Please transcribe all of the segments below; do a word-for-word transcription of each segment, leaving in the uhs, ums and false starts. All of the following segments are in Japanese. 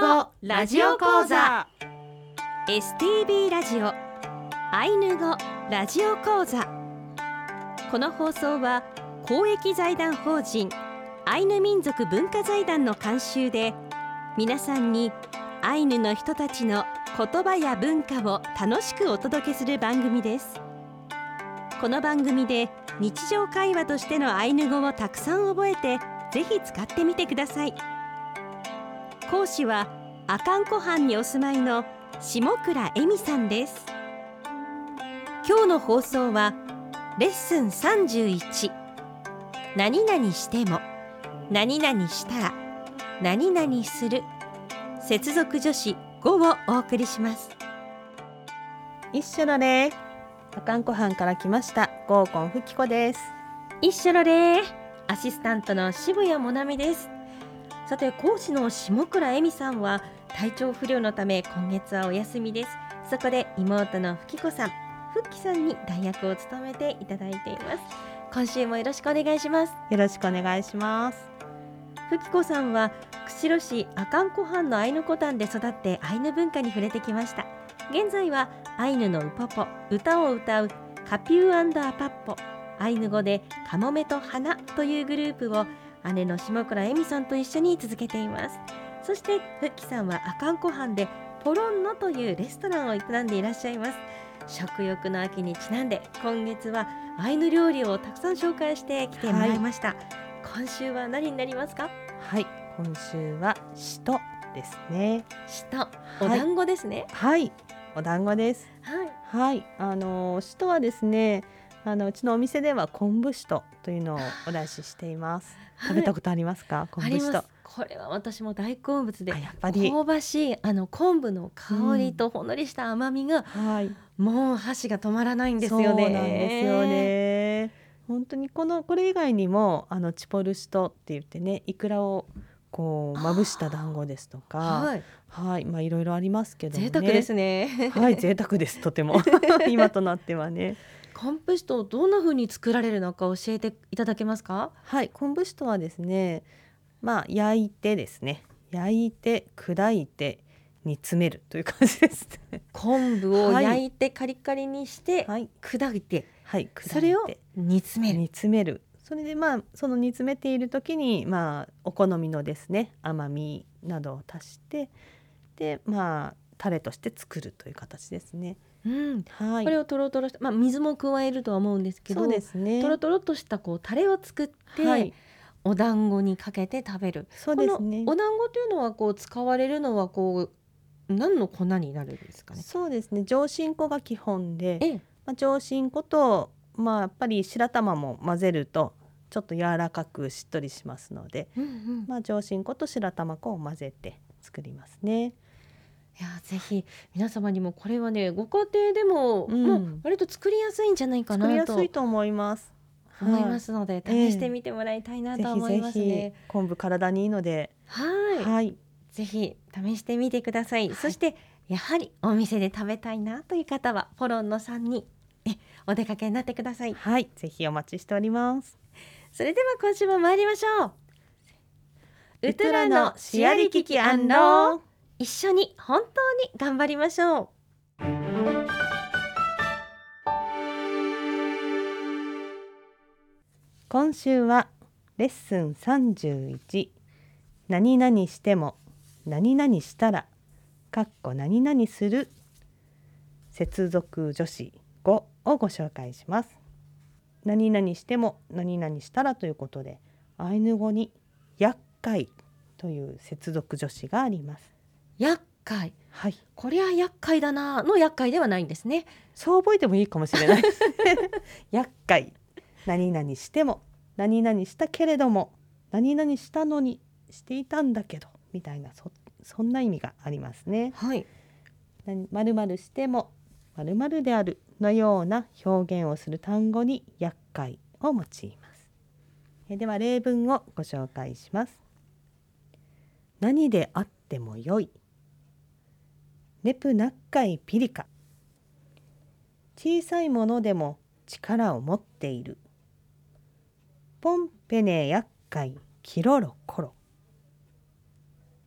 語ラジオ講座 エスティービー ラジオアイヌ語ラジオ講座。この放送は公益財団法人アイヌ民族文化財団の監修で、皆さんにアイヌの人たちの言葉や文化を楽しくお届けする番組です。この番組で日常会話としてのアイヌ語をたくさん覚えて、ぜひ使ってみてください。講師は阿寒湖畔にお住まいの下倉恵美さんです。今日の放送はレッスンさんじゅういち、何々しても何々したら何々する接続助詞ごをお送りします。 一緒のれ阿寒湖畔から来ました合コンふきこです。 一緒のれアシスタントの渋谷もなみです。さて、講師の下倉恵美さんは体調不良のため今月はお休みです。そこで妹のふきこさん、ふっきさんに代役を務めていただいています。今週もよろしくお願いします。 よろしくお願いします。 ふきこさんは釧路市阿寒湖畔のアイヌコタンで育ってアイヌ文化に触れてきました。現在はアイヌのウポポ、歌を歌うカピュー&アパッポ、アイヌ語でカモメと花というグループを姉の下倉恵美さんと一緒に続けています。そしてふっきさんは阿寒湖畔でポロンノというレストランを営んでいらっしゃいます。食欲の秋にちなんで今月はアイヌ料理をたくさん紹介してきてもらいました。はい、今週は何になりますか？ はい、今週はしとですね。 しと、お団子ですね。 はい、はい、お団子です。 はい、 はい、あのしとはですね、あのうちのお店では昆布しとというのをお出ししています。食べたことありますか？昆布しと。 これは私も大好物で、 やっぱり香ばしいあの昆布の香りとほんのりした甘みが、 うん、はい、 もう箸が止まらないんですよね。 そうなんですよね。本当にこのこれ以外にもあのチポルシトって言ってね、イクラをこうまぶした団子ですとか、はい、はい、まあいろいろありますけどもね。 贅沢ですね。 はい、贅沢です、とても今となってはね。 昆布しとどんな風に作られるのか教えていただけますか？ はい、昆布しとはですね、まあ焼いてですね、焼いて砕いて煮詰めるという感じですね。 昆布を焼いてカリカリにして、はい、砕いて、 はい、砕いてそれを煮詰める。 煮詰める。それでまあその煮詰めている時にまあお好みのですね甘みなどを足して、でまあタレとして作るという形ですね。 うん、 はい、 これをトロトロして、まあ、水も加えるとは思うんですけど、 そうですね、 トロトロとしたこうタレを作って、はい、お団子にかけて食べる。 そうですね。 このお団子というのはこう使われるのはこう何の粉になるんですかね？ そうですね、上新粉が基本で、ええ、まあ、上新粉と、まあ、やっぱり白玉も混ぜるとちょっと柔らかくしっとりしますので、うんうん、まあ、上新粉と白玉粉を混ぜて作りますね。 いやぜひ皆様にもこれはね、ご家庭でも、うん、もう割と作りやすいんじゃないかなと作りやすいと思います思いますので、はい、試してみてもらいたいなと思いますね。えー、ぜひぜひ昆布体にいいので、 はい、はい、ぜひ試してみてください。はい、そしてやはりお店で食べたいなという方はポロンノさんにえお出かけになってください。 はい、ぜひお待ちしております。 それでは今週も参りましょう。ウトラのシアリキキアンロー、一緒に本当に頑張りましょう。 今週はレッスンさんじゅういち、何々しても何々したらかっこ何々する接続助詞ごをご紹介します。何々しても何々したらということで、アイヌ語に厄介という接続助詞があります。 厄介、 はい、 こりゃ厄介だなの厄介ではないんですね。 そう覚えてもいいかもしれないですね厄介、何々しても何々したけれども何々したのにしていたんだけどみたいな そ, そんな意味がありますね。 はい、 〇〇しても〇〇であるのような表現をする単語に厄介を用います。えでは例文をご紹介します。何であってもよい、ネプナッカイピリカ、小さいものでも力を持っている、ポンペネ厄介キロロコロ。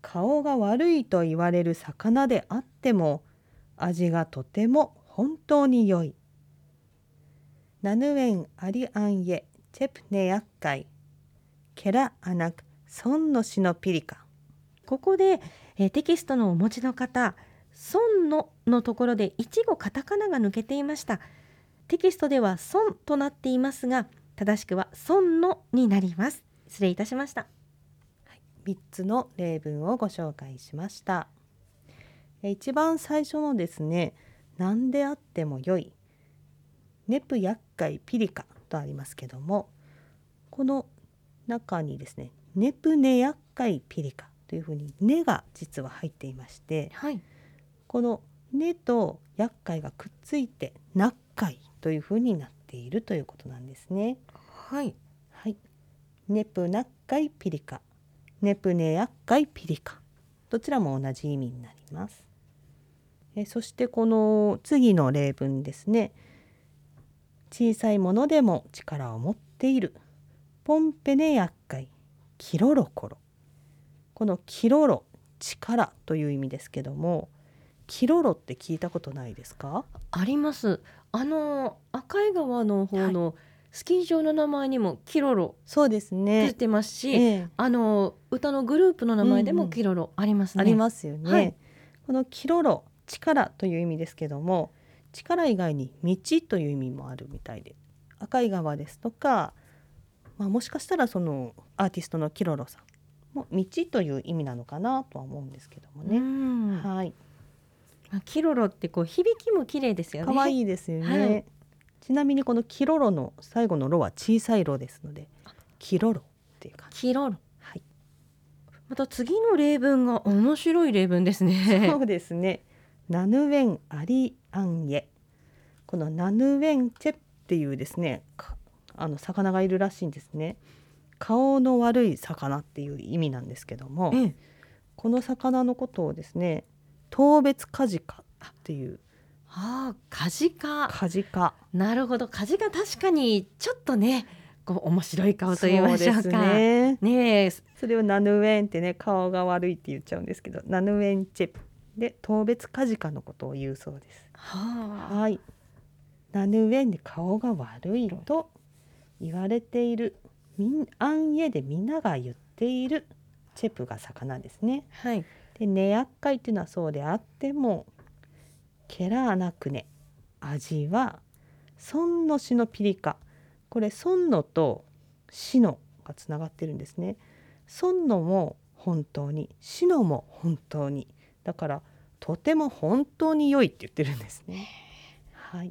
顔が悪いと言われる魚であっても味がとても本当に良い。ナヌエンアリアンエチェプネヤッカイケラアナクソンノシノピリカ。 ここで、えーテキストのお持ちの方、ソンノのところで一語カタカナが抜けていました。テキストではソンとなっていますが、正しくはソンノになります。失礼いたしました。 みっつの例文をご紹介しました。え一番最初のですね、何であっても良いネプ厄介ピリカとありますけども、この中にですね、ネプネ厄介ピリカというふうにネが実は入っていまして、 はい、 このネと厄介がくっついて厄介というふうになっているということなんですね。 はい、 はい、ネプナッカイピリカ、ネプネヤッカイピリカ、どちらも同じ意味になります。えそしてこの次の例文ですね。小さいものでも力を持っているポンペネヤッカイキロロコロ。このキロロ、力という意味ですけども、キロロって聞いたことないですか？ あります。あの赤井川の方のスキー場の名前にもキロロそうです出ね。 てますし、 ええあの歌のグループの名前でうんうんもキロロありますね。 ありますよね。 はいこのキロロ、力という意味ですけども、力以外に道という意味もあるみたいで、赤井川ですとか、まあ、もしかしたらそのアーティストのキロロさんも道という意味なのかなとは思うんですけどもうね。 ん、 はい、 まあキロロってこう響きも綺麗ですよね。 可愛いですよね。 はいちなみにこのキロロの最後のロは小さいロですので、キロロっていう感じ。 キロロ。 はい、 また次の例文が面白い例文ですね。 そうですね。ナヌウェンアリアンエ、このナヌウェンチェっていうですね、かあの魚がいるらしいんですね。顔の悪い魚っていう意味なんですけども、 ええ、 この魚のことをですね、当別カジカっていうああ、カジカ。 カジカ、 なるほど、カジカ確かにちょっとね、こう面白い顔と言いましょうか。 そうですね。 ねえ、 それをナヌウェンってね、顔が悪いって言っちゃうんですけど、ナヌウェンチェで当別カジカのことを言うそうです。 はあ、 はい、ナヌウェンで顔が悪いと言われている、みんアンエでみんなが言っているチェプが魚ですね。 はい、 でネヤッカイっていうのはそうであっても、ケラーナクネ、味はソンノシノピリカ、これソンノとシノがつながってるんですね。ソンノも本当に、シノも本当に、だからとても本当に良いって言ってるんですね。はい、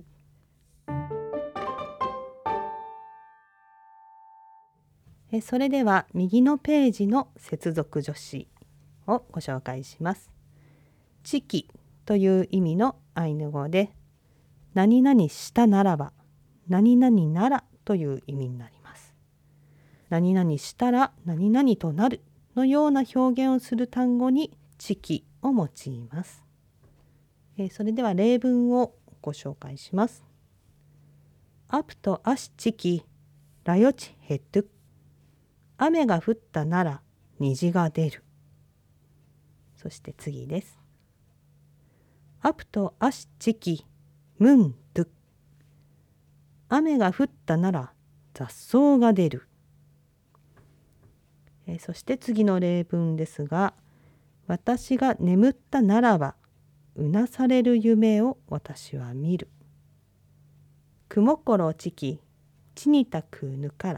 えそれでは右のページの接続助詞をご紹介します。チキという意味のアイヌ語で、何々したならば、何々ならという意味になります。何々したら何々となるのような表現をする単語にチキを用います。えそれでは例文をご紹介します。アプトアシチキラヨチヘトゥ、雨が降ったなら虹が出る。そして次です。アプトアシチキムントゥ、雨が降ったなら雑草が出る。えそして次の例文ですが、私が眠ったならばうなされる夢を私は見る。くもころちきちにたくぬから。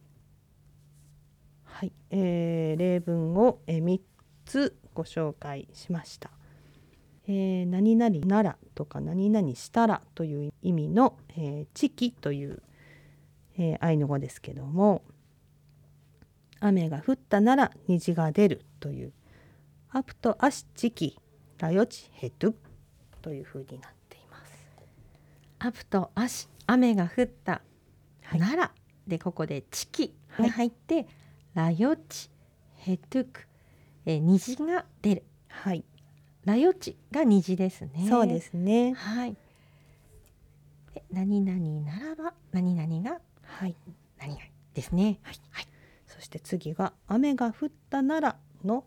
はい、えー、例文をみっつご紹介しました。えー、何々ならとか何々したらという意味の、えー、チキという、えー、アイヌ語ですけども、雨が降ったなら虹が出るというアプトアシチキラヨチヘトゥというふうになっています。 アプとアシ、雨が降ったはいならで、ここでチキが入って、はい、ラヨチヘトゥク、えー、虹が出る。 はい、 ラヨチが虹ですね。 そうですね。 はい。で何々ならば何々がはい、 何々ですね。はい。はい、 そして次が雨が降ったならの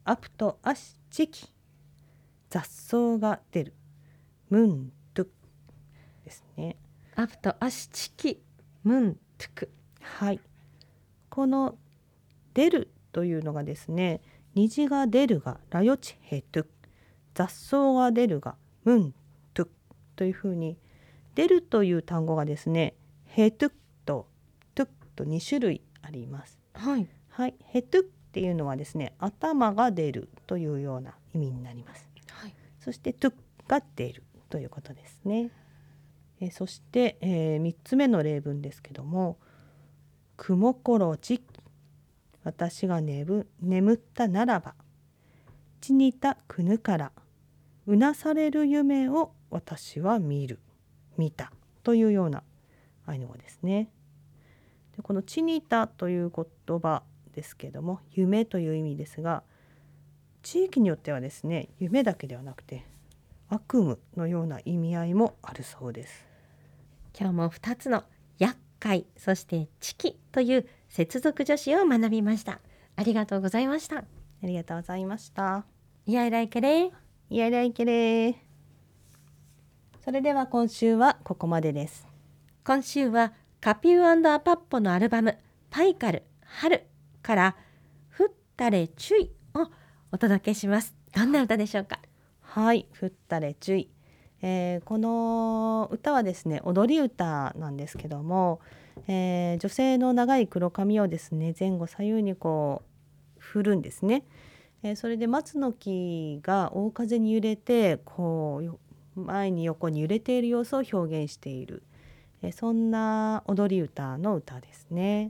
アプトアシチキ、雑草が出る、ムントゥですね。 アプトアシチキムントゥク。 はい、この出るというのがですね、虹が出るがラヨチヘトゥ、雑草が出るがムントゥというふうに、出るという単語がですね、ヘトゥとトゥとに種類あります。 はい、 はい、ヘトゥっていうのはですね、頭が出るというような意味になります。 はい、 そしてトゥが出るということですね。えそして、えー、みっつめの例文ですけども、雲ころじ、私が眠眠ったならば、ちにたくぬからうなされる夢を私は見る見たというようなアイヌ語ですね。でこのちにたという言葉ですけども、夢という意味ですが、地域によってはですね、夢だけではなくて悪夢のような意味合いもあるそうです。 今日もふたつの厄介、そしてチキという接続助詞を学びました。ありがとうございました。 ありがとうございました。 イヤイライケレー。 イヤイライケレー。それでは今週はここまでです。 今週はカピュー&アパッポのアルバムパイカル春からふったれ注意をお届けします。どんな歌でしょうか？ はい、ふったれ注意、えー、この歌はですね、踊り歌なんですけども、えー、女性の長い黒髪をですね、前後左右にこう振るんですね。えー、それで松の木が大風に揺れてこう前に横に揺れている様子を表現している、えー、そんな踊り歌の歌ですね。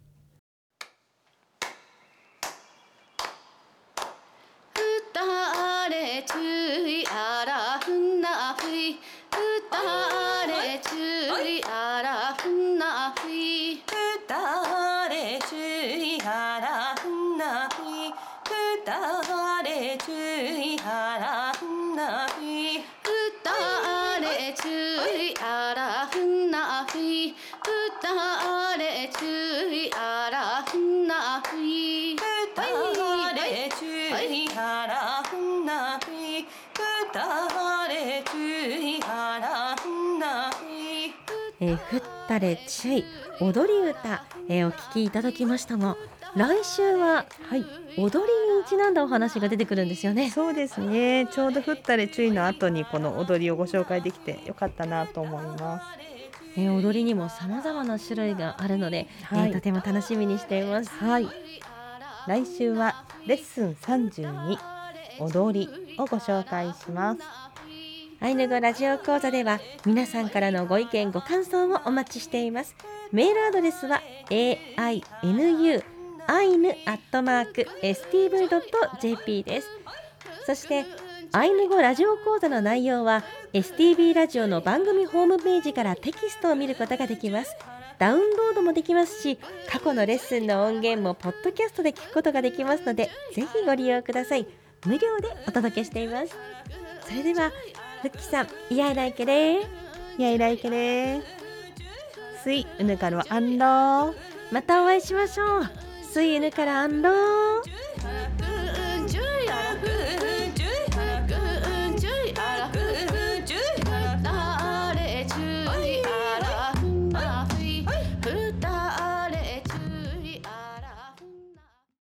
ふたれ注意あらふんなふい、ふたれ注意あらふんなふい、 ふたれ注意あらふんなふい、ふたれ注意あらふんなふい、 ふたれ注意あらふんなふい、ふたれ注意あらふんなふい、 ふたれ注意あらふんなふい、ふたれ注意あらふんなふい。 えー、ふったれ注意踊り歌、えー、お聞きいただきましたが、来週は、はい、踊りにちなんだお話が出てくるんですよね。 そうですね、ちょうどふったれ注意の後にこの踊りをご紹介できてよかったなと思います。 えー、踊りにも様々な種類があるので、 はい、 えー、とても楽しみにしています。 はい、来週はレッスンさんじゅうに踊りをご紹介します。 アイヌ語ラジオ講座では皆さんからのご意見ご感想をお待ちしています。メールアドレスは エーアイエヌユー アイヌ アットマーク エスティーブイ ドット ジェーピー です。そしてアイヌ語ラジオ講座の内容は エスティービー ラジオの番組ホームページからテキストを見ることができます。ダウンロードもできますし、過去のレッスンの音源もポッドキャストで聞くことができますので、ぜひご利用ください。無料でお届けしています。それではふっきさん、イヤイライケレー。 イヤイライケレー。スイウヌカルアンロー。 またお会いしましょう。スイウヌカルアンロー。